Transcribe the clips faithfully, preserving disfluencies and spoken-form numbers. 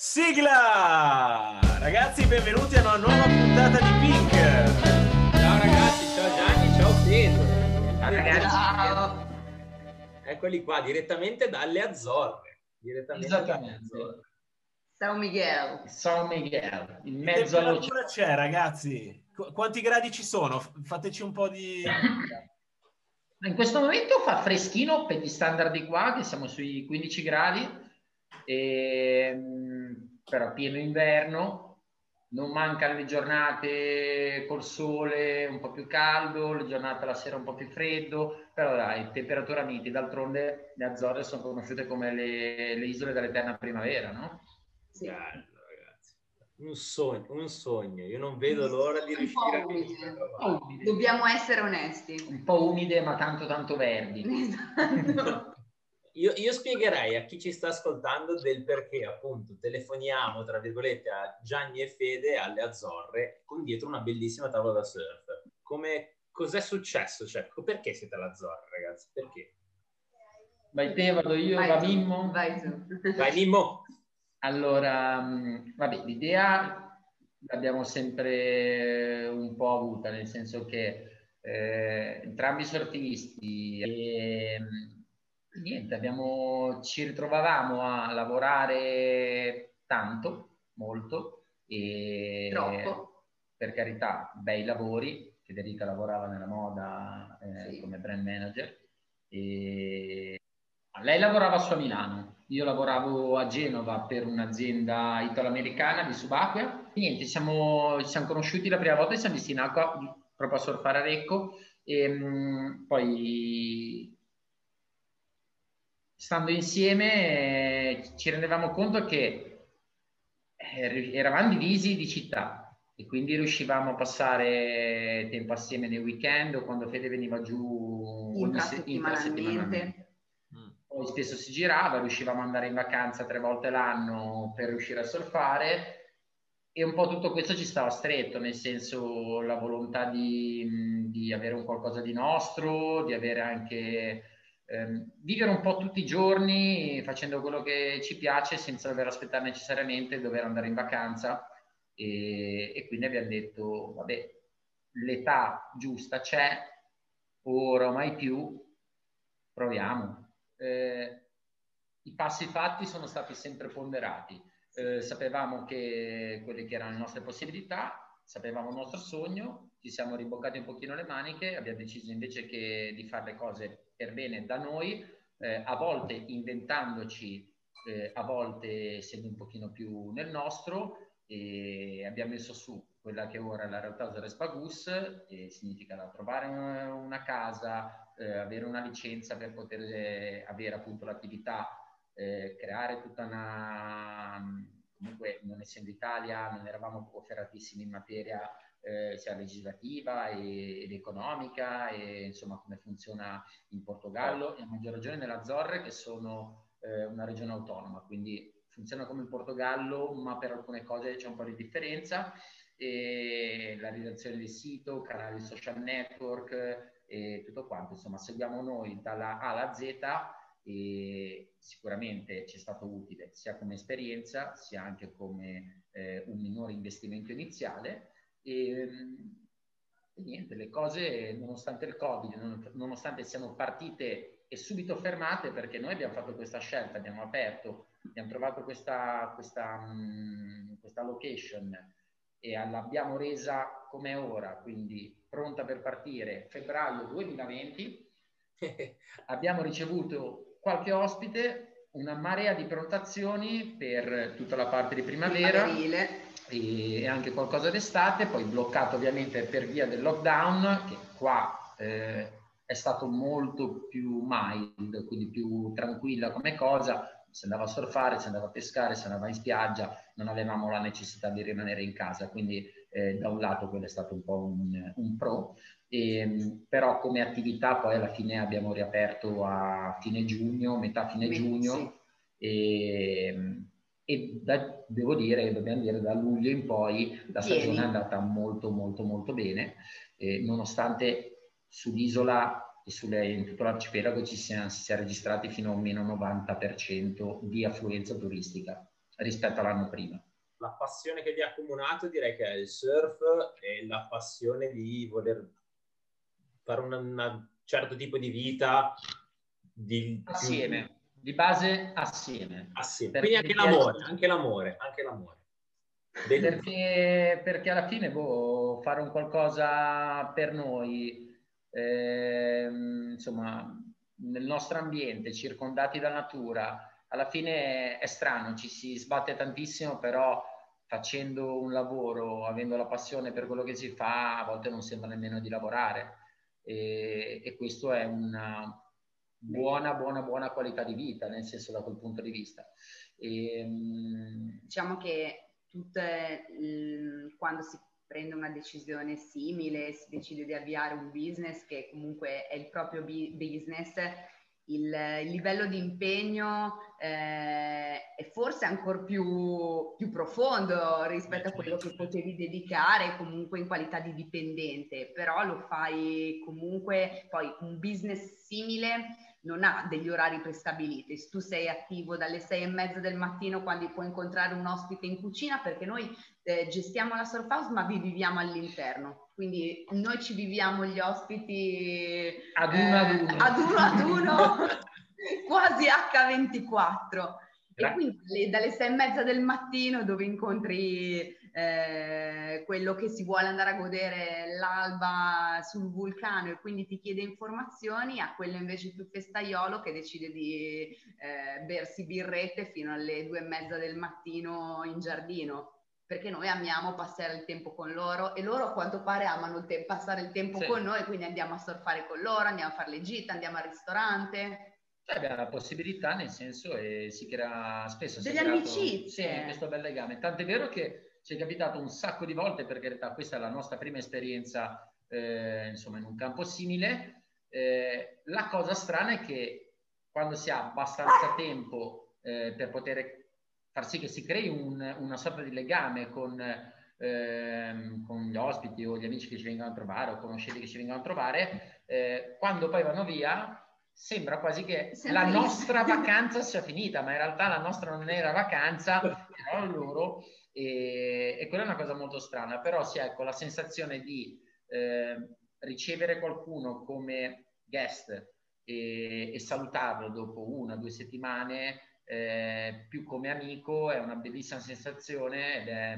Sigla! Ragazzi, benvenuti a una nuova puntata di Pink. Ciao ragazzi, ciao Gianni, ciao Fede. Ciao ragazzi. Ciao. Eccoli qua, direttamente dalle Azzorre. Direttamente dalle Azzorre. São Miguel. São Miguel, in Che mezzo all'oceano. temperatura c'è, ragazzi? Qu- quanti gradi ci sono? F- Fateci un po' di... In questo momento fa freschino per gli standard di qua, che siamo sui quindici gradi, e, però pieno inverno, non mancano le giornate col sole un po' più caldo, le giornate la sera un po' più freddo, però dai, temperatura miti. D'altronde le Azzorre sono conosciute come le, le isole dell'eterna primavera, no? Sì. Bello, ragazzi. Un sogno, un sogno. Io non vedo l'ora di riuscire a umide. Oh, umide. Dobbiamo essere onesti. Un po' umide ma tanto tanto verdi. Esatto. Io, io spiegherei a chi ci sta ascoltando del perché appunto telefoniamo tra virgolette a Gianni e Fede alle Azzorre con dietro una bellissima tavola da surf. Come, cos'è successo? Cioè, perché siete alle Azzorre, ragazzi? Perché? Vai te, vado io, Vai va tu, Mimmo? Vai tu. Vai Mimmo! Allora, mh, vabbè, l'idea l'abbiamo sempre un po' avuta, nel senso che eh, entrambi surfisti e mh, niente, abbiamo, ci ritrovavamo a lavorare tanto, molto, e Troppo. per carità, bei lavori. Federica lavorava nella moda eh, Sì. come brand manager e lei lavorava su a Milano, io lavoravo a Genova per un'azienda italo-americana di subacquea. Niente, siamo, ci siamo conosciuti la prima volta, ci siamo visti in acqua proprio a surfare a Recco e mh, poi stando insieme eh, ci rendevamo conto che eh, eravamo divisi di città e quindi riuscivamo a passare tempo assieme nei weekend o quando Fede veniva giù ogni se- Intrasettimanalmente. Poi spesso si girava, riuscivamo ad andare in vacanza tre volte l'anno per riuscire a surfare e un po' tutto questo ci stava stretto, nel senso la volontà di, di avere un qualcosa di nostro, di avere anche ehm, vivere un po' tutti i giorni facendo quello che ci piace senza dover aspettare necessariamente di dover andare in vacanza e, e quindi abbiamo detto vabbè, l'età giusta c'è, ora o mai più, proviamo. Eh, i passi fatti sono stati sempre ponderati. Eh, sapevamo che quelle che erano le nostre possibilità, sapevamo il nostro sogno, ci siamo riboccati un pochino le maniche, abbiamo deciso invece che di fare le cose per bene da noi, eh, a volte inventandoci, eh, a volte essendo un pochino più nel nostro, e abbiamo messo su quella che ora è la realtà Ozores Bagus, e significa trovare una casa, Eh, avere una licenza per poter eh, avere appunto l'attività, eh, creare tutta una... comunque non essendo Italia non eravamo offeratissimi in materia eh, sia legislativa e, ed economica e insomma come funziona in Portogallo e a maggior ragione nelle Azzorre che sono eh, una regione autonoma, quindi funziona come in Portogallo ma per alcune cose c'è un po' di differenza e la redazione del sito, canali social network e tutto quanto, insomma seguiamo noi dalla A alla Z e sicuramente ci è stato utile sia come esperienza sia anche come eh, un minore investimento iniziale e, e niente, le cose nonostante il Covid, non, nonostante siano partite e subito fermate perché noi abbiamo fatto questa scelta, abbiamo aperto, abbiamo trovato questa, questa, mh, questa location e l'abbiamo resa come ora, quindi pronta per partire febbraio duemilaventi. Abbiamo ricevuto qualche ospite, una marea di prenotazioni per tutta la parte di primavera e anche qualcosa d'estate, poi bloccato ovviamente per via del lockdown che qua eh, è stato molto più mild, quindi più tranquilla come cosa. Si andava a surfare, si andava a pescare, si andava in spiaggia, non avevamo la necessità di rimanere in casa, quindi eh, da un lato quello è stato un po' un, un pro, e, però come attività poi alla fine abbiamo riaperto a fine giugno, metà fine Sì. giugno e, e da, devo dire, dobbiamo dire da luglio in poi la stagione Pieni. è andata molto molto molto bene, eh, nonostante sull'isola e sulle, in tutto l'arcipelago ci siano, si sia registrati fino a un meno novanta per cento di affluenza turistica. rispetto all'anno prima. La passione che vi ha accomunato direi che è il surf e la passione di voler fare un certo tipo di vita di assieme, più... di base assieme. assieme. Quindi anche l'amore, anche l'amore, anche l'amore. Perché, perché alla fine boh, fare un qualcosa per noi, eh, insomma, nel nostro ambiente, circondati da natura, alla fine è strano, ci si sbatte tantissimo, però facendo un lavoro, avendo la passione per quello che si fa, a volte non sembra nemmeno di lavorare. E, e questo è una buona, buona, buona qualità di vita, nel senso, da quel punto di vista. E, diciamo che tutte, mh, quando si prende una decisione simile, si decide di avviare un business che comunque è il proprio bi- business, il, il livello di impegno eh, è forse ancora più, più profondo rispetto a quello che potevi dedicare comunque in qualità di dipendente, però lo fai comunque. Poi un business simile non ha degli orari prestabiliti. Se tu sei attivo dalle sei e mezza del mattino, quando puoi incontrare un ospite in cucina, perché noi eh, gestiamo la surf house ma vi viviamo all'interno, quindi noi ci viviamo gli ospiti ad uno ad uno, eh, ad uno, ad uno quasi acca ventiquattro. E quindi dalle sei e mezza del mattino, dove incontri eh, quello che si vuole andare a godere l'alba sul vulcano e quindi ti chiede informazioni, a quello invece più festaiolo che decide di eh, bersi birrette fino alle due e mezza del mattino in giardino, perché noi amiamo passare il tempo con loro e loro a quanto pare amano il te- passare il tempo sì. con noi, quindi andiamo a surfare con loro, andiamo a fare le gite, andiamo al ristorante. Cioè, abbiamo la possibilità, nel senso, e si crea spesso delle si è amicizie, creato, sì, questo bel legame. Tant'è vero che ci è capitato un sacco di volte, perché questa è la nostra prima esperienza eh, insomma in un campo simile. Eh, la cosa strana è che quando si ha abbastanza tempo eh, per poter far sì che si crei un, una sorta di legame con, ehm, con gli ospiti o gli amici che ci vengono a trovare o conoscenti che ci vengono a trovare, eh, quando poi vanno via sembra quasi che Sempre la nostra vacanza sia finita, ma in realtà la nostra non era vacanza, erano loro, e, e quella è una cosa molto strana. Però sì, ecco, la sensazione di eh, ricevere qualcuno come guest e, e salutarlo dopo una o due settimane eh, più come amico è una bellissima sensazione ed è...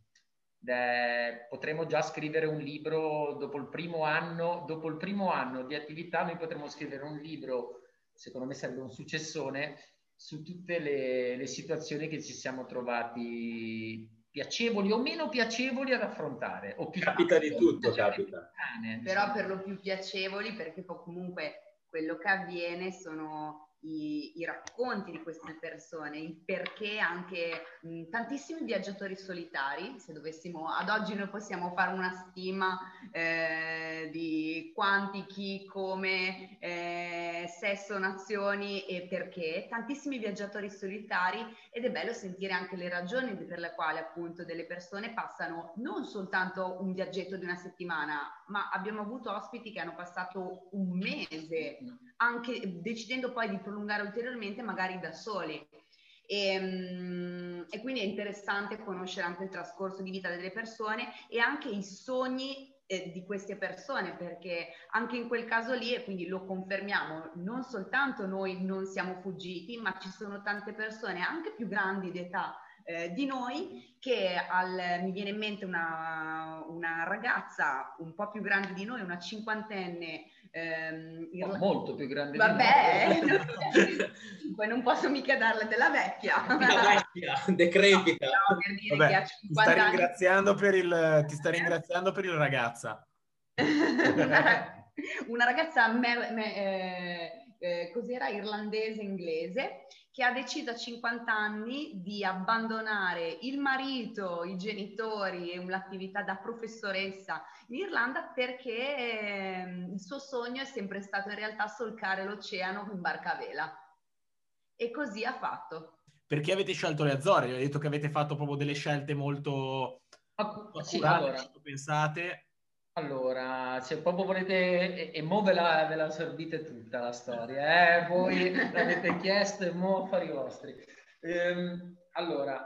Eh, potremo già scrivere un libro dopo il primo anno dopo il primo anno di attività. Noi potremo scrivere un libro, secondo me sarebbe un successone, su tutte le, le situazioni che ci siamo trovati piacevoli o meno piacevoli ad affrontare, o più capita di tutto, capita più, però per lo più piacevoli, perché poi comunque quello che avviene sono I, i racconti di queste persone, il perché anche mh, tantissimi viaggiatori solitari. Se dovessimo, ad oggi noi possiamo fare una stima eh, di quanti, chi, come, eh, sesso, nazioni e perché, tantissimi viaggiatori solitari, ed è bello sentire anche le ragioni per le quali appunto delle persone passano non soltanto un viaggetto di una settimana, ma abbiamo avuto ospiti che hanno passato un mese, anche decidendo poi di prolungare ulteriormente, magari da soli. E, um, e quindi è interessante conoscere anche il trascorso di vita delle persone e anche i sogni eh, di queste persone, perché anche in quel caso lì, e quindi lo confermiamo, non soltanto noi non siamo fuggiti, ma ci sono tante persone anche più grandi d'età eh, di noi che al, mi viene in mente una, una ragazza un po' più grande di noi, una cinquantenne. Ehm, oh, molto più grande vabbè, di noi. Poi non posso mica darle della vecchia, vecchia decrepita. No, per dire vabbè, che ha cinquanta ti sta anni. ringraziando per il ti sta ringraziando per il ragazza. una, una ragazza me, me, eh, eh, cos'era, irlandese inglese, che ha deciso a cinquanta anni di abbandonare il marito, i genitori e l'attività da professoressa in Irlanda, perché eh, il suo sogno è sempre stato in realtà solcare l'oceano in barca a vela, e così ha fatto. Perché avete scelto le Azzorre? Hai detto che avete fatto proprio delle scelte molto accurate, sì, allora, molto pensate. Allora, se proprio volete, e, e mo ve la, ve la assorbite tutta la storia, eh? Voi l'avete chiesto e mo affari vostri. Ehm, allora,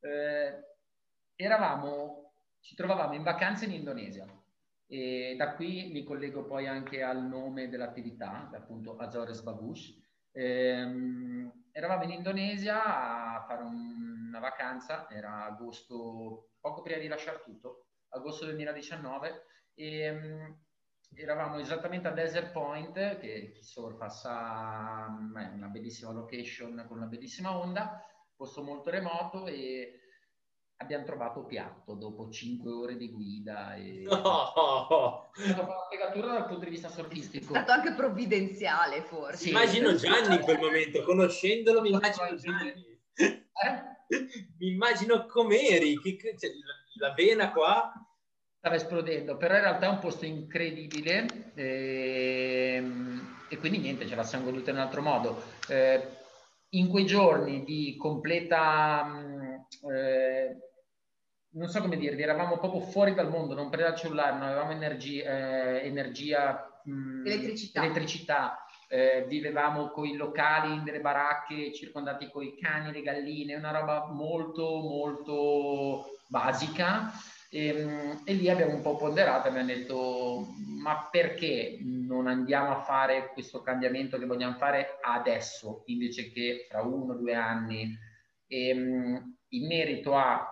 Eh, eravamo, ci trovavamo in vacanza in Indonesia e da qui mi collego poi anche al nome dell'attività, appunto Azores Bagush. Ehm, eravamo in Indonesia a fare un, una vacanza, era agosto, poco prima di lasciare tutto, agosto duemiladiciannove, e um, eravamo esattamente a Desert Point, che chi surfa sa, è una bellissima location con una bellissima onda, posto molto remoto, e abbiamo trovato piatto dopo cinque ore di guida. E... No! È stata una fregatura dal punto di vista surfistico. È stato anche provvidenziale, forse. Sì. Immagino Gianni in quel momento, conoscendolo mi immagino Gianni. Eh? Mi immagino com'eri, che, cioè, la vena qua... Stava esplodendo, però in realtà è un posto incredibile e, e quindi niente, ce la siamo goduta in un altro modo. Eh, in quei giorni di completa... Eh, non so come dirvi, eravamo proprio fuori dal mondo, non prendeva il cellulare, non avevamo energia, eh, energia mh, elettricità, elettricità. Eh, vivevamo con i locali in delle baracche circondati con i cani, le galline, una roba molto molto basica. E, e lì abbiamo un po' ponderato e abbiamo detto: ma perché non andiamo a fare questo cambiamento che vogliamo fare adesso invece che fra uno o due anni? E, in merito a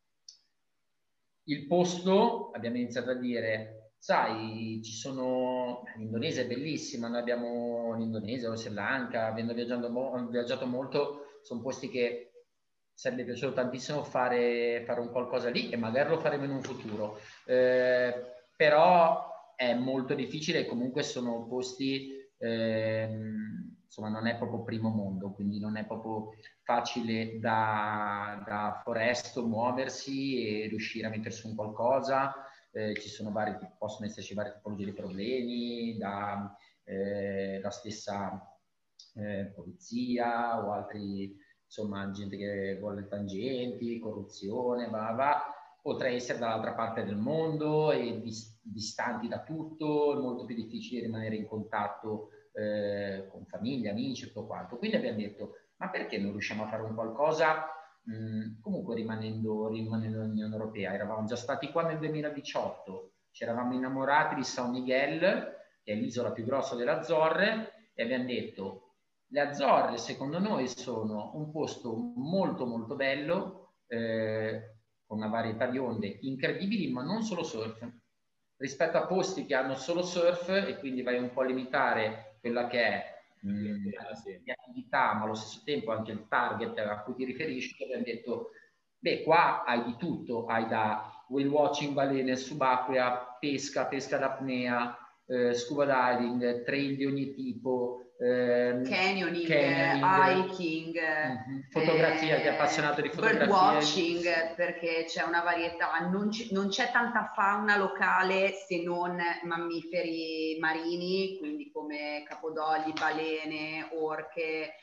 il posto abbiamo iniziato a dire: sai, ci sono, l'Indonesia è bellissima, noi abbiamo l'Indonesia, lo Sri Lanka, avendo viaggiato, viaggiato molto, sono posti che sarebbe piaciuto tantissimo fare, fare un qualcosa lì, e magari lo faremo in un futuro, eh, però è molto difficile e comunque sono posti, eh, insomma non è proprio primo mondo, quindi non è proprio facile da, da Foresto muoversi e riuscire a mettersi un qualcosa. Eh, ci sono vari, possono esserci varie tipologie di problemi, da eh, la stessa eh, polizia o altri, insomma, gente che vuole tangenti, corruzione, va, va. Potrei essere dall'altra parte del mondo e dis- distanti da tutto, è molto più difficile rimanere in contatto eh, con famiglia, amici e tutto quanto. Quindi abbiamo detto: ma perché non riusciamo a fare un qualcosa mh, comunque rimanendo, rimanendo nell'Unione Europea? Eravamo già stati qua nel duemiladiciotto, ci eravamo innamorati di San Miguel, che è l'isola più grossa delle Azzorre, e abbiamo detto: le Azzorre secondo noi sono un posto molto molto bello, eh, con una varietà di onde incredibili, ma non solo surf. Rispetto a posti che hanno solo surf e quindi vai un po' a limitare quella che è mh, di attività, ma allo stesso tempo anche il target a cui ti riferisci, abbiamo detto: beh, qua hai di tutto, hai da whale watching, balene subacquea, pesca, pesca d'apnea, eh, scuba diving, trail di ogni tipo, ehm, canyoning, canyoning, hiking, mm-hmm, fotografia, eh, chi è appassionato di fotografia, birdwatching, perché c'è una varietà, non, c- non c'è tanta fauna locale se non mammiferi marini, quindi come capodogli, balene, orche,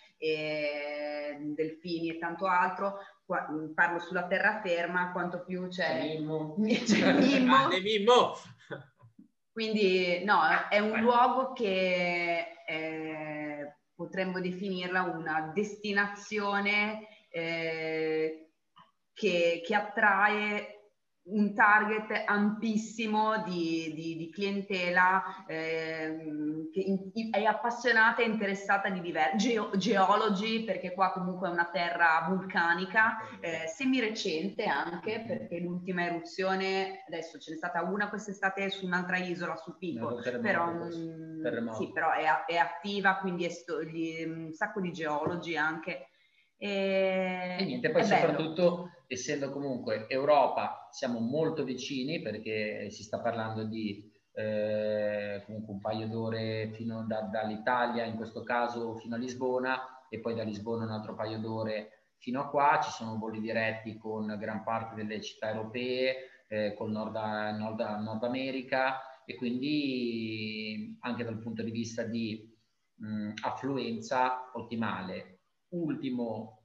e delfini e tanto altro. Qua, parlo sulla terraferma, quanto più c'è Mimmo. c'è Mimmo. Grande Mimmo. Quindi no, è un luogo che eh, potremmo definirla una destinazione eh, che, che attrae un target ampissimo di, di, di clientela ehm, che in, è appassionata e interessata di diversi Geo, geologi, perché qua comunque è una terra vulcanica, eh, semi-recente anche, perché l'ultima eruzione, adesso ce n'è stata una quest'estate su un'altra isola, su Pico, terremoto, però, mh, terremoto. sì, però è, è attiva, quindi è sto, gli, un sacco di geologi anche. E, e niente, poi soprattutto essendo comunque Europa, siamo molto vicini perché si sta parlando di eh, comunque un paio d'ore fino da, dall'Italia, in questo caso fino a Lisbona, e poi da Lisbona un altro paio d'ore fino a qua. Ci sono voli diretti con gran parte delle città europee, eh, col Nord, Nord, Nord America, e quindi anche dal punto di vista di mh, affluenza ottimale. Ultimo,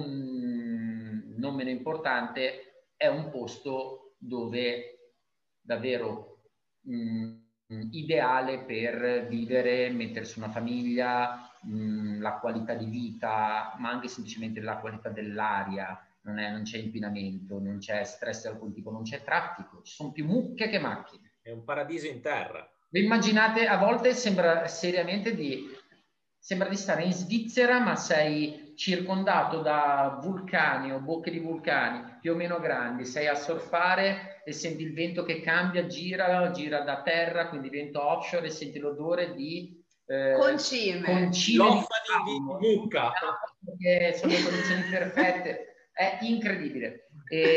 non, non meno importante, è un posto dove davvero mh, ideale per vivere, mettersi una famiglia, mh, la qualità di vita, ma anche semplicemente la qualità dell'aria, non, è, non c'è inquinamento, non c'è stress di alcun tipo, non c'è traffico, ci sono più mucche che macchine. È un paradiso in terra. Vi immaginate, a volte sembra seriamente di, sembra di stare in Svizzera, ma sei circondato da vulcani o bocche di vulcani più o meno grandi, sei a surfare e senti il vento che cambia, gira, gira da terra, quindi vento offshore, e senti l'odore di eh, concime, concime Loffa di, di mucca. Perché sono le condizioni perfette, è incredibile.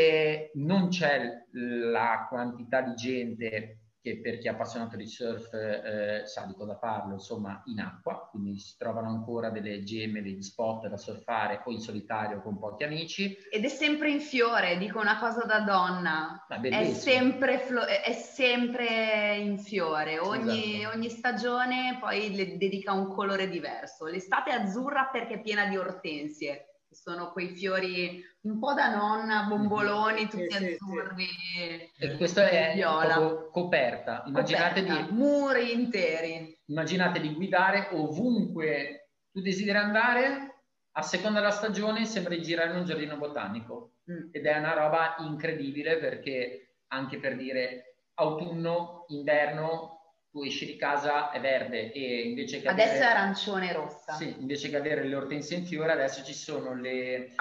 E non c'è la quantità di gente che, per chi è appassionato di surf eh, sa di cosa parlo, insomma, in acqua, quindi si trovano ancora delle gemme, degli spot da surfare o in solitario con pochi amici. Ed è sempre in fiore, dico una cosa da donna, è sempre, flo- è sempre in fiore, ogni, esatto. ogni stagione poi le dedica un colore diverso. L'estate è azzurra perché è piena di ortensie, sono quei fiori un po' da nonna, bomboloni, tutti sì, azzurri, sì. E questo è viola. Coperta. Immaginate coperta, di muri interi. Immaginate di guidare ovunque tu desideri andare, a seconda della stagione sembra di girare in un giardino botanico. Mm. Ed è una roba incredibile, perché anche per dire autunno, inverno, tu esci di casa, è verde, e invece che adesso avere, è arancione e rossa. Sì, invece che avere le ortensie in fiore, adesso ci sono le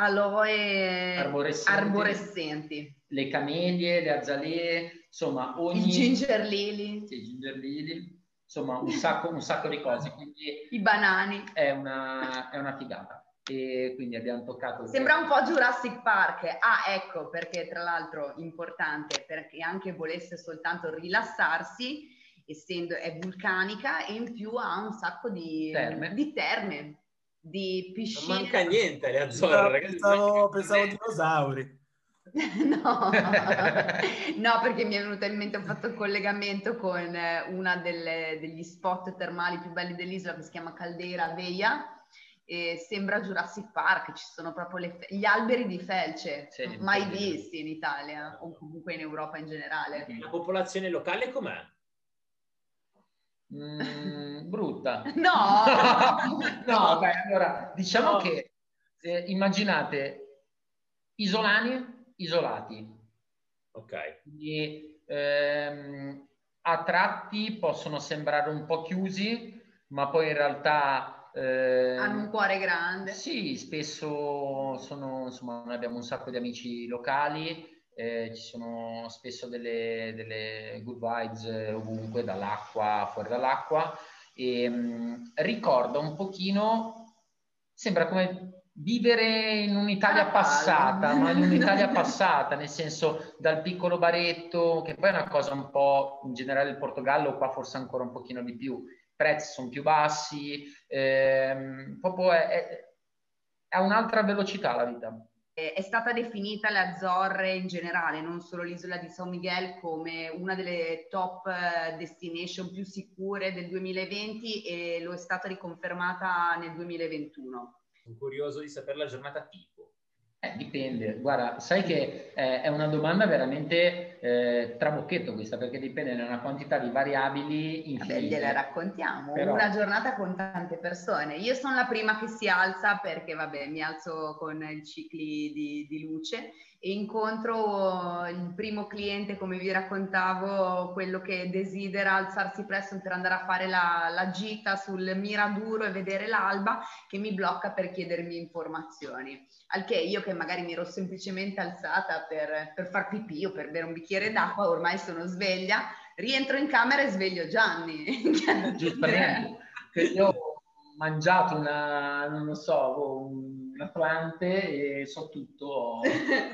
aloe arborescenti, arborescenti, le camelie, le azalee, insomma ogni... il ginger lily. Sì, ginger lily, insomma un sacco, un sacco di cose. Quindi i banani. È una, è una figata. E quindi abbiamo toccato... Sembra un po' Jurassic Park. Ah, ecco, perché tra l'altro importante, perché anche volesse soltanto rilassarsi, essendo è vulcanica, e in più ha un sacco di terme, di, terme, di piscine. Non manca niente alle Azzorre, ragazzi. Pensavo, pensavo dinosauri. No. No, perché mi è venuto in mente, ho fatto il collegamento con una delle, degli spot termali più belli dell'isola, che si chiama Caldera Veia, e sembra Jurassic Park, ci sono proprio le, gli alberi di felce, sì, mai visti in Italia o comunque in Europa in generale. La popolazione locale com'è? Mm, brutta. No! No, beh, allora, diciamo no. che eh, immaginate isolani isolati. Ok. Quindi, ehm, a tratti possono sembrare un po' chiusi, ma poi in realtà... Eh, hanno un cuore grande. Sì, spesso sono, insomma, noi abbiamo un sacco di amici locali, eh, ci sono spesso delle, delle good vibes ovunque, dall'acqua, fuori dall'acqua, e mh, ricorda un pochino, sembra come vivere in un'Italia passata, ma in un'Italia passata, nel senso dal piccolo baretto, che poi è una cosa un po', in generale il Portogallo, qua forse ancora un pochino di più, i prezzi sono più bassi, ehm, proprio è, è, è un'altra velocità la vita. È stata definita le Azzorre in generale, non solo l'isola di San Miguel, come una delle top destination più sicure del duemilaventi, e lo è stata riconfermata nel duemilaventuno. Sono curioso di sapere la giornata tipo. Eh, dipende, guarda, sai che eh, è una domanda veramente eh, trabocchetto questa, perché dipende da una quantità di variabili infinite. Vabbè, gliela raccontiamo, però... una giornata con tante persone. Io sono la prima che si alza perché, vabbè, mi alzo con i cicli di, di luce e incontro il primo cliente, come vi raccontavo, quello che desidera alzarsi presto per andare a fare la, la gita sul Miraduro e vedere l'alba, che mi blocca per chiedermi informazioni. Al che io, che magari mi ero semplicemente alzata per, per far pipì o per bere un bicchiere d'acqua, ormai sono sveglia, rientro in camera e sveglio Gianni. Giustamente. Io ho mangiato una, non lo so, un Atlante e so tutto.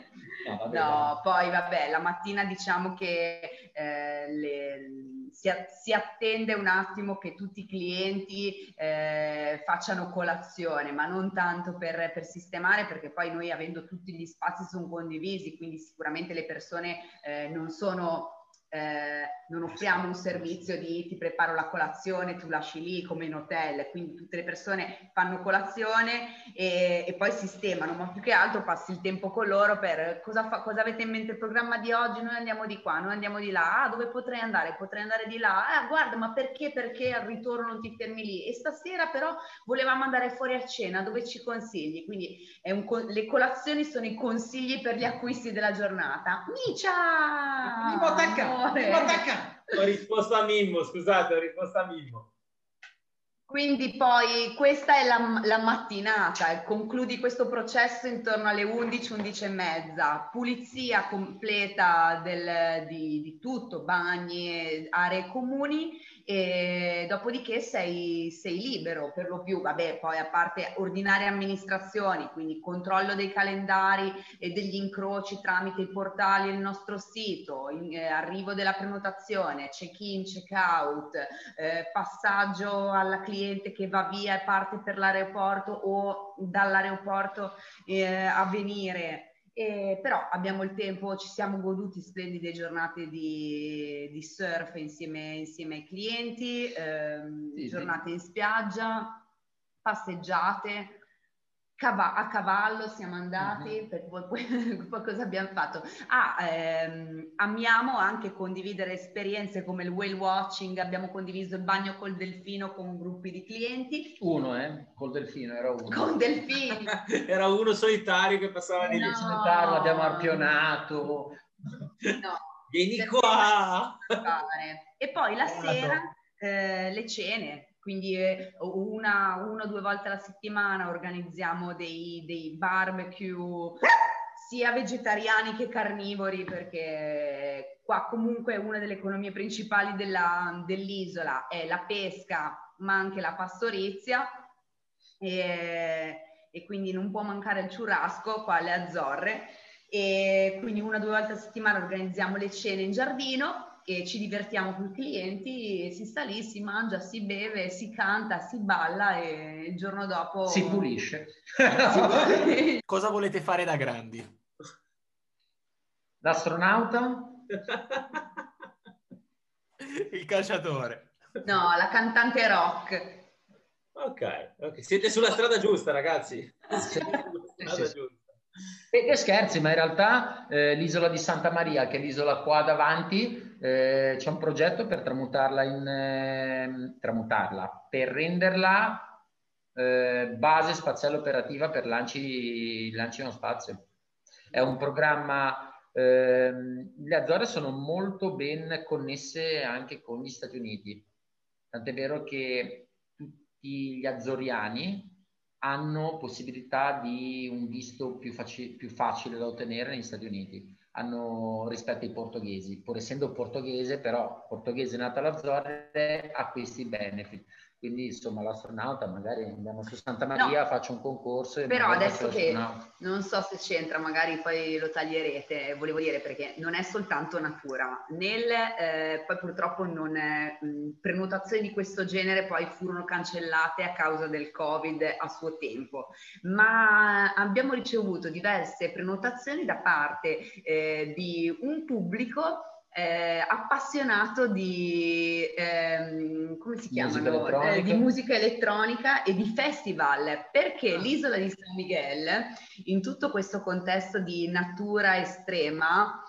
No, vabbè, no, poi vabbè, la mattina diciamo che eh, le, si, si attende un attimo che tutti i clienti eh, facciano colazione, ma non tanto per, per sistemare, perché poi noi, avendo tutti gli spazi, sono condivisi, quindi sicuramente le persone eh, non sono eh, non offriamo un servizio di ti preparo la colazione, tu lasci lì come in hotel, quindi tutte le persone fanno colazione e, e poi sistemano, ma più che altro passi il tempo con loro per cosa, fa, cosa avete in mente il programma di oggi, noi andiamo di qua, noi andiamo di là, ah dove potrei andare? Potrei andare di là, ah guarda ma perché, perché al ritorno non ti fermi lì? E stasera però volevamo andare fuori a cena, dove ci consigli? Quindi è un, le colazioni sono i consigli per gli acquisti della giornata. Micia! Mi attacca! Ho risposto a Mimmo, scusate, ho risposto a Mimmo. Quindi poi questa è la, la mattinata e concludi questo processo intorno alle undici, undici e mezza, pulizia completa del, di, di tutto, bagni, aree comuni e dopodiché sei, sei libero per lo più, vabbè poi a parte ordinarie amministrazioni, quindi controllo dei calendari e degli incroci tramite i portali e il nostro sito, in, eh, arrivo della prenotazione, check-in, check-out, eh, passaggio alla cliente che va via e parte per l'aeroporto o dall'aeroporto eh, a venire. Eh, però abbiamo il tempo, ci siamo goduti splendide giornate di, di surf insieme, insieme ai clienti, ehm, sì, giornate sì. in spiaggia, passeggiate. Cava a cavallo siamo andati, uh-huh. per, poi, poi cosa abbiamo fatto? Ah, ehm, amiamo anche condividere esperienze come il whale watching, abbiamo condiviso il bagno col delfino con gruppi di clienti. Uno, eh? Col delfino, era uno. Con delfini. Era uno solitario che passava di lì. No. L'abbiamo arpionato. No. Vieni qua! E poi la sera eh, le cene. Quindi una, una o due volte alla settimana organizziamo dei, dei barbecue sia vegetariani che carnivori, perché qua comunque una delle economie principali della, dell'isola è la pesca, ma anche la pastorizia, e, e quindi non può mancare il churrasco qua alle Azzorre. E quindi una o due volte a settimana organizziamo le cene in giardino e ci divertiamo con i clienti, si sta lì, si mangia, si beve, si canta, si balla e il giorno dopo si pulisce. Cosa volete fare da grandi? L'astronauta? Il calciatore. No, la cantante rock. Ok, ok, siete sulla strada giusta, ragazzi. Siete sulla strada sì, sì. giusta. E che scherzi, ma in realtà eh, l'isola di Santa Maria, che è l'isola qua davanti, eh, c'è un progetto per tramutarla in eh, tramutarla, per renderla eh, base spaziale operativa per lanci, lanci nello spazio. È un programma, eh, le Azzorre sono molto ben connesse anche con gli Stati Uniti, tant'è vero che tutti gli azzoriani hanno possibilità di un visto più, faci- più facile da ottenere negli Stati Uniti, hanno rispetto ai portoghesi, pur essendo portoghese, però portoghese nato alle Azzorre ha questi benefit. Quindi insomma l'astronauta, magari andiamo su Santa Maria, no, faccio un concorso e però adesso che non so se c'entra, magari poi lo taglierete, volevo dire, perché non è soltanto natura nel eh, poi purtroppo non è, mh, prenotazioni di questo genere poi furono cancellate a causa del Covid a suo tempo, ma abbiamo ricevuto diverse prenotazioni da parte eh, di un pubblico Eh, appassionato di ehm, come si chiamano? Musica Eh, di musica elettronica e di festival, perché ah. l'isola di San Miguel, in tutto questo contesto di natura estrema,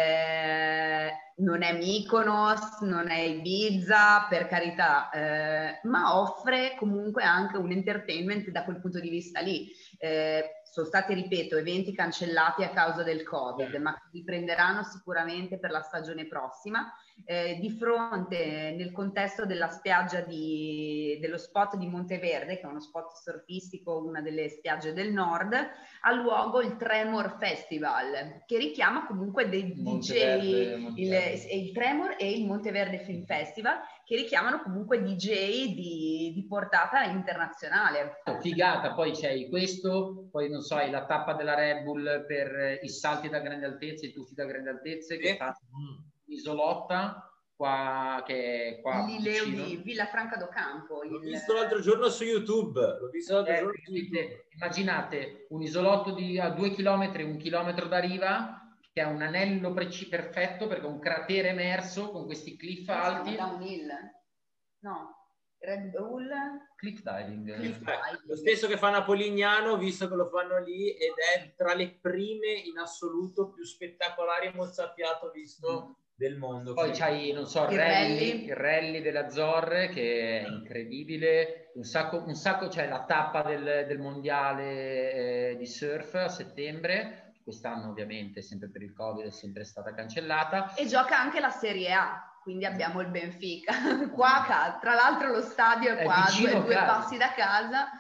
eh, non è Mykonos, non è Ibiza, per carità, eh, ma offre comunque anche un entertainment da quel punto di vista lì. Eh, sono stati, ripeto, eventi cancellati a causa del Covid, ma riprenderanno sicuramente per la stagione prossima. Eh, di fronte, nel contesto della spiaggia di, dello spot di Monteverde, che è uno spot surfistico, una delle spiagge del nord, ha luogo il Tremor Festival, che richiama comunque dei D J, il, il Tremor e il Monteverde Film Festival, che richiamano comunque D J di, di portata internazionale. Figata, poi c'hai questo, poi non so, hai la tappa della Red Bull per i salti da grandi altezze, i tuffi da grandi altezze, che fa isolotta qua, che è qua L'Ileo vicino. di Villafranca do Campo. L'ho il... visto l'altro giorno su YouTube. L'ho visto l'altro eh, giorno su YouTube. Immaginate un isolotto di a due chilometri, un chilometro da riva, che è un anello preci- perfetto perché è un cratere emerso con questi cliff alti. Downhill? No. Red Bull? Cliff diving. Cliff diving. Lo stesso che fa Napolignano, visto che lo fanno lì, ed è tra le prime in assoluto più spettacolari e mozzafiato visto mm. del mondo. Poi c'hai, non so, il, il rally, rally. il rally delle Azzorre, che è incredibile, un sacco, un sacco c'è la tappa del, del mondiale eh, di surf a settembre, quest'anno ovviamente sempre per il Covid è sempre stata cancellata. E gioca anche la Serie A. Quindi abbiamo il Benfica qua a casa, tra l'altro lo stadio è qua, è due, due passi da casa,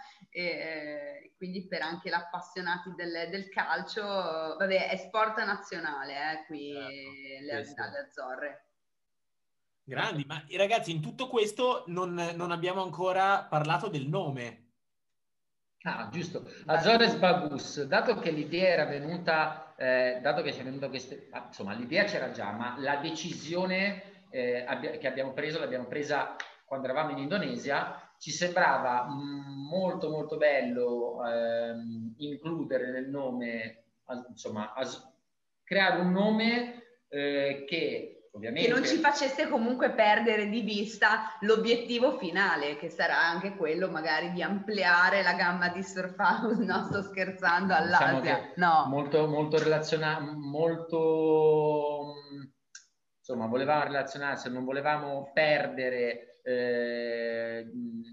e quindi per anche gli appassionati del, del calcio, vabbè, è sport nazionale eh, qui eh, le, alle Azzorre. Grandi, ma ragazzi, in tutto questo non, non abbiamo ancora parlato del nome. Ah, giusto. Azores Bagus, dato che l'idea era venuta, eh, dato che ci è venuta queste, insomma l'idea c'era già, ma la decisione Eh, abbia, che abbiamo preso, l'abbiamo presa quando eravamo in Indonesia, ci sembrava mh, molto molto bello ehm, includere nel nome, as, insomma, as, creare un nome eh, che ovviamente... Che non ci facesse comunque perdere di vista l'obiettivo finale, che sarà anche quello magari di ampliare la gamma di Surfhouse, no, sto scherzando, all'Asia. Diciamo no. Molto, molto relazionato, molto... Insomma, volevamo relazionarsi, non volevamo perdere eh,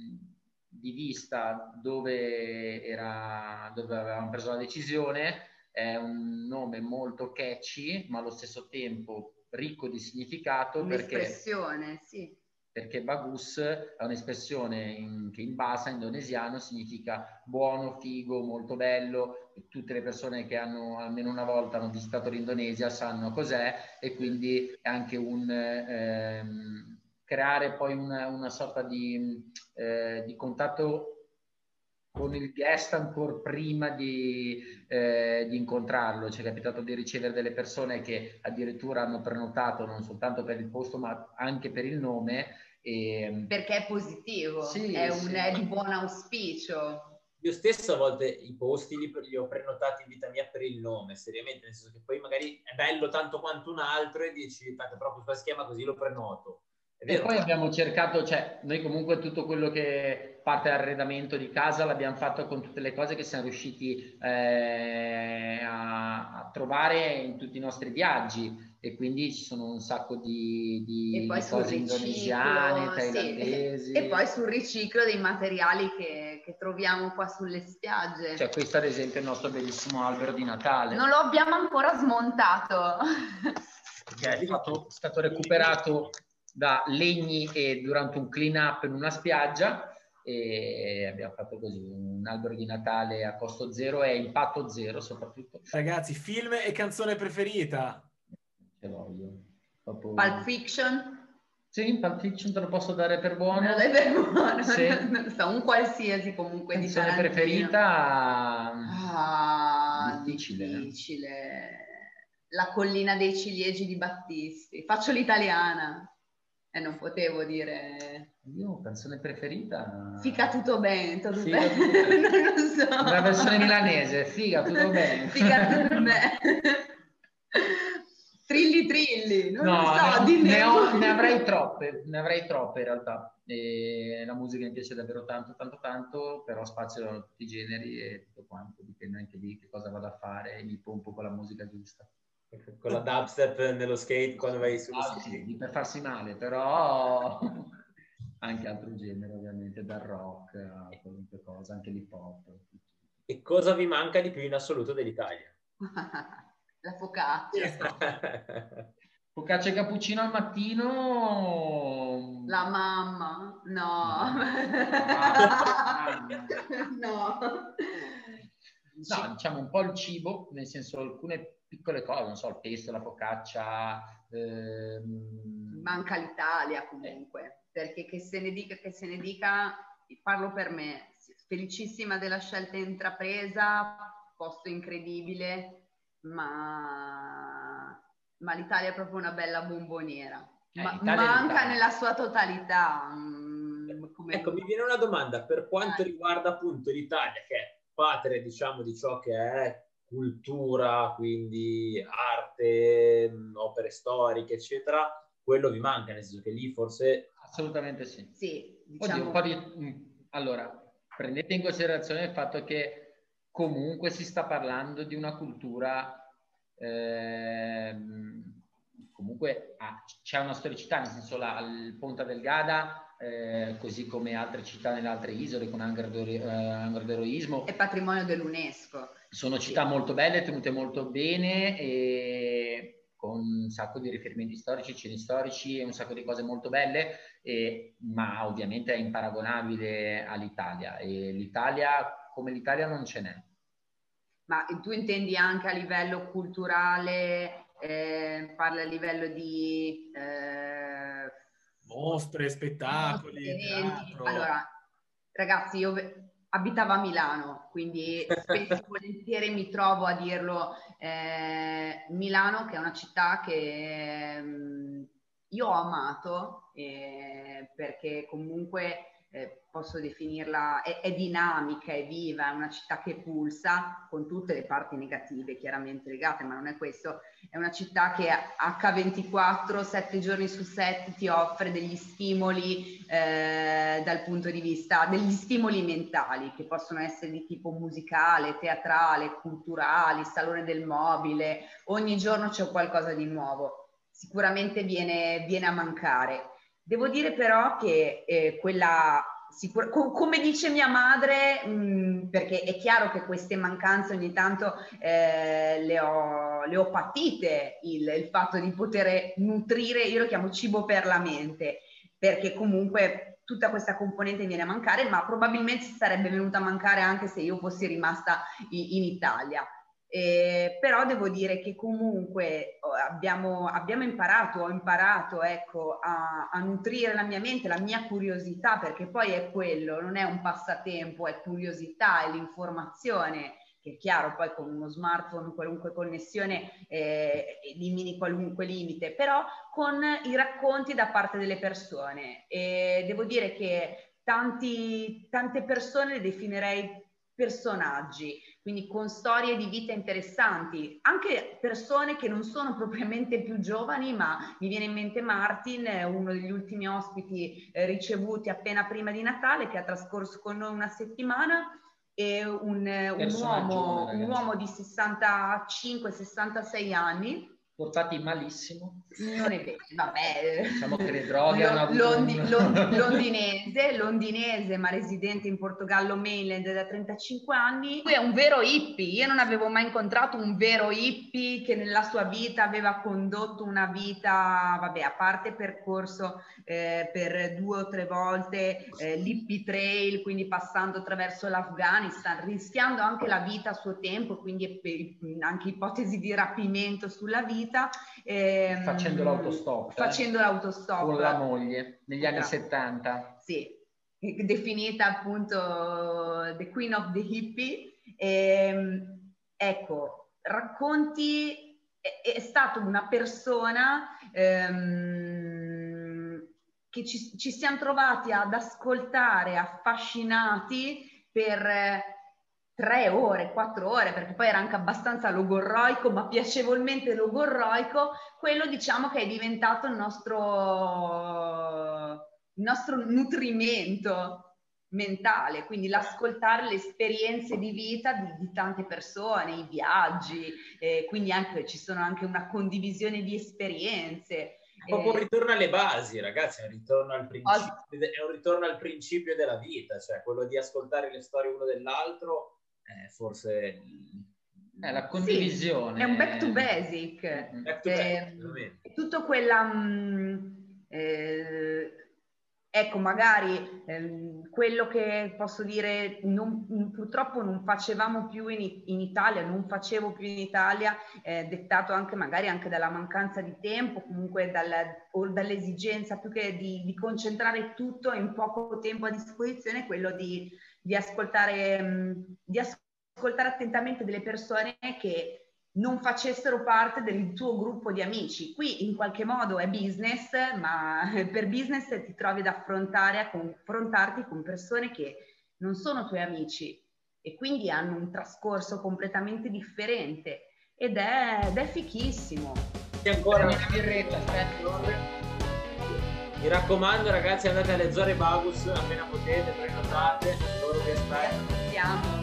di vista dove, era, dove avevamo preso la decisione. È un nome molto catchy, ma allo stesso tempo ricco di significato. Un'espressione, sì. Perché Bagus è un'espressione in, che in Bahasa indonesiano significa buono, figo, molto bello. Tutte le persone che hanno almeno una volta hanno visitato l'Indonesia sanno cos'è, e quindi è anche un ehm, creare poi una, una sorta di, eh, di contatto con il guest ancora prima di, eh, di incontrarlo. Ci è capitato di ricevere delle persone che addirittura hanno prenotato non soltanto per il posto ma anche per il nome. E... Perché è positivo, sì, è, un, sì. è di buon auspicio. Io stesso a volte i posti li, li ho prenotati in vita mia per il nome, seriamente, nel senso che poi magari è bello tanto quanto un altro e dici, tanto proprio per schema così lo prenoto. E poi abbiamo cercato, cioè noi comunque tutto quello che parte dall'arredamento di casa l'abbiamo fatto con tutte le cose che siamo riusciti eh, a, a trovare in tutti i nostri viaggi, e quindi ci sono un sacco di, di, e poi di cose riciclo, indonesiane, thailandesi. Sì. E poi sul riciclo dei materiali che, che troviamo qua sulle spiagge. Cioè questo ad esempio è il nostro bellissimo albero di Natale. Non lo abbiamo ancora smontato. Che è stato, stato recuperato da legni e durante un clean up in una spiaggia, e abbiamo fatto così un albero di Natale a costo zero e impatto zero soprattutto. Ragazzi, film e canzone preferita? Ce voglio. Proprio... Pulp Fiction? Sì, Pulp Fiction te lo posso dare per buono. Me lo dai per buono? Sì. Non so, un qualsiasi comunque di canzone Tarantino. preferita? Ah, difficile. difficile. La collina dei ciliegi di Battisti. Faccio l'italiana. E eh, non potevo dire... Io, canzone preferita... Figa tutto bene, tutto Figa bene. tutto bene. Non lo so. Una versione milanese, figa tutto bene. Figa tutto bene. Trilli trilli, non no, lo so. Ne, ne, ho, ne avrei troppe, ne avrei troppe in realtà. E la musica mi piace davvero tanto, tanto, tanto, però spazio da tutti i generi e tutto quanto, dipende anche di che cosa vado a fare e mi pompo con la musica giusta. Con la dubstep nello skate quando vai sullo ah, skate. Sì, per farsi male, però anche altro genere ovviamente, dal rock a qualunque cosa, anche l'hip hop. E cosa vi manca di più in assoluto dell'Italia? La focaccia. Focaccia e cappuccino al mattino. La mamma, no. No. No, diciamo un po' il cibo, nel senso alcune piccole cose, non so, il pesto, la focaccia. Ehm... Manca l'Italia comunque, perché che se ne dica, che se ne dica, parlo per me, felicissima della scelta intrapresa, posto incredibile, ma, ma l'Italia è proprio una bella bomboniera. Eh, ma, manca nella sua totalità. Mm, come... Ecco, mi viene una domanda per quanto eh. riguarda appunto l'Italia, che è patria, diciamo, di ciò che è cultura, quindi arte, d'arte, mh, opere storiche, eccetera, quello vi manca, nel senso che lì forse... Assolutamente sì. Sì, Oddio, diciamo... un po' di... Allora, prendete in considerazione il fatto che comunque si sta parlando di una cultura... Ehm, comunque ah, c'è una storicità, nel senso la, il Ponta Delgada, eh, così come altre città nelle altre isole con Angro d'Eroismo, è patrimonio dell'UNESCO. Sono città sì. molto belle, tenute molto bene e con un sacco di riferimenti storici, ceni storici e un sacco di cose molto belle, e, ma ovviamente è imparagonabile all'Italia, e l'Italia come l'Italia non ce n'è. Ma tu intendi anche a livello culturale, eh, parli a livello di eh, mostre, spettacoli, eventi. teatro. Allora, ragazzi, io abitavo a Milano, quindi spesso e volentieri mi trovo a dirlo. Eh, Milano, che è una città che eh, io ho amato, eh, perché comunque Eh, posso definirla, è, è dinamica, è viva, è una città che pulsa, con tutte le parti negative chiaramente legate, ma non è questo. È una città che acca ventiquattro, sette giorni su sette ti offre degli stimoli eh, dal punto di vista, degli stimoli mentali, che possono essere di tipo musicale, teatrale, culturali, salone del mobile. Ogni giorno c'è qualcosa di nuovo, sicuramente viene, viene a mancare. Devo dire però che eh, quella, sicur- co- come dice mia madre, mh, perché è chiaro che queste mancanze ogni tanto eh, le, ho, le ho patite, il, il fatto di poter nutrire, io lo chiamo cibo per la mente, perché comunque tutta questa componente viene a mancare, ma probabilmente sarebbe venuta a mancare anche se io fossi rimasta in, in Italia. Eh, però devo dire che comunque abbiamo, abbiamo imparato, ho imparato ecco, a, a nutrire la mia mente, la mia curiosità, perché poi è quello, non è un passatempo, è curiosità, è l'informazione, che è chiaro poi con uno smartphone, qualunque connessione eh, elimini qualunque limite, però con i racconti da parte delle persone. E devo dire che tanti, tante persone le definirei personaggi, quindi con storie di vita interessanti, anche persone che non sono propriamente più giovani, ma mi viene in mente Martin, uno degli ultimi ospiti eh, ricevuti appena prima di Natale, che ha trascorso con noi una settimana, e un, un, uomo, un uomo di sessantacinque sessantasei anni, portati malissimo. Non è vero, vabbè. Diciamo che le droghe hanno avuto Londi, un... londi, londinese, londinese, ma residente in Portogallo mainland da trentacinque anni. Lui è un vero hippie. Io non avevo mai incontrato un vero hippie che nella sua vita aveva condotto una vita, vabbè, a parte percorso eh, per due o tre volte eh, l'hippie trail, quindi passando attraverso l'Afghanistan, rischiando anche la vita a suo tempo, quindi anche ipotesi di rapimento sulla vita. Ehm, facendo l'autostop facendo eh? l'autostop con la moglie negli anni esatto. settanta, sì, definita appunto the queen of the hippie. Ehm, ecco, racconti, è, è stato una persona ehm, che ci, ci siamo trovati ad ascoltare affascinati per tre ore, quattro ore, perché poi era anche abbastanza logorroico, ma piacevolmente logorroico. Quello diciamo che è diventato il nostro, il nostro nutrimento mentale, quindi l'ascoltare le esperienze di vita di, di tante persone, i viaggi, eh, quindi anche, ci sono anche una condivisione di esperienze. Proprio un ritorno alle basi, ragazzi, è un ritorno al principio, è un ritorno al principio della vita, cioè quello di ascoltare le storie uno dell'altro. Eh, forse è la condivisione, sì, è un back to basic, back to eh, basic tutto quella mh, eh, ecco, magari eh, quello che posso dire non, purtroppo non facevamo più in, in Italia, non facevo più in Italia, eh, dettato anche magari anche dalla mancanza di tempo, comunque dalla, o dall'esigenza più che di, di concentrare tutto in poco tempo a disposizione, quello di di ascoltare, mh, di ascoltare attentamente delle persone che non facessero parte del tuo gruppo di amici. Qui in qualche modo è business, ma per business ti trovi ad affrontare, a confrontarti con persone che non sono tuoi amici e quindi hanno un trascorso completamente differente. ed è, ed è fichissimo. E ancora una birretta, aspetta. Mi raccomando ragazzi, andate alle Azzorre Bagus appena potete, prenotate, loro vi aspettano. Siamo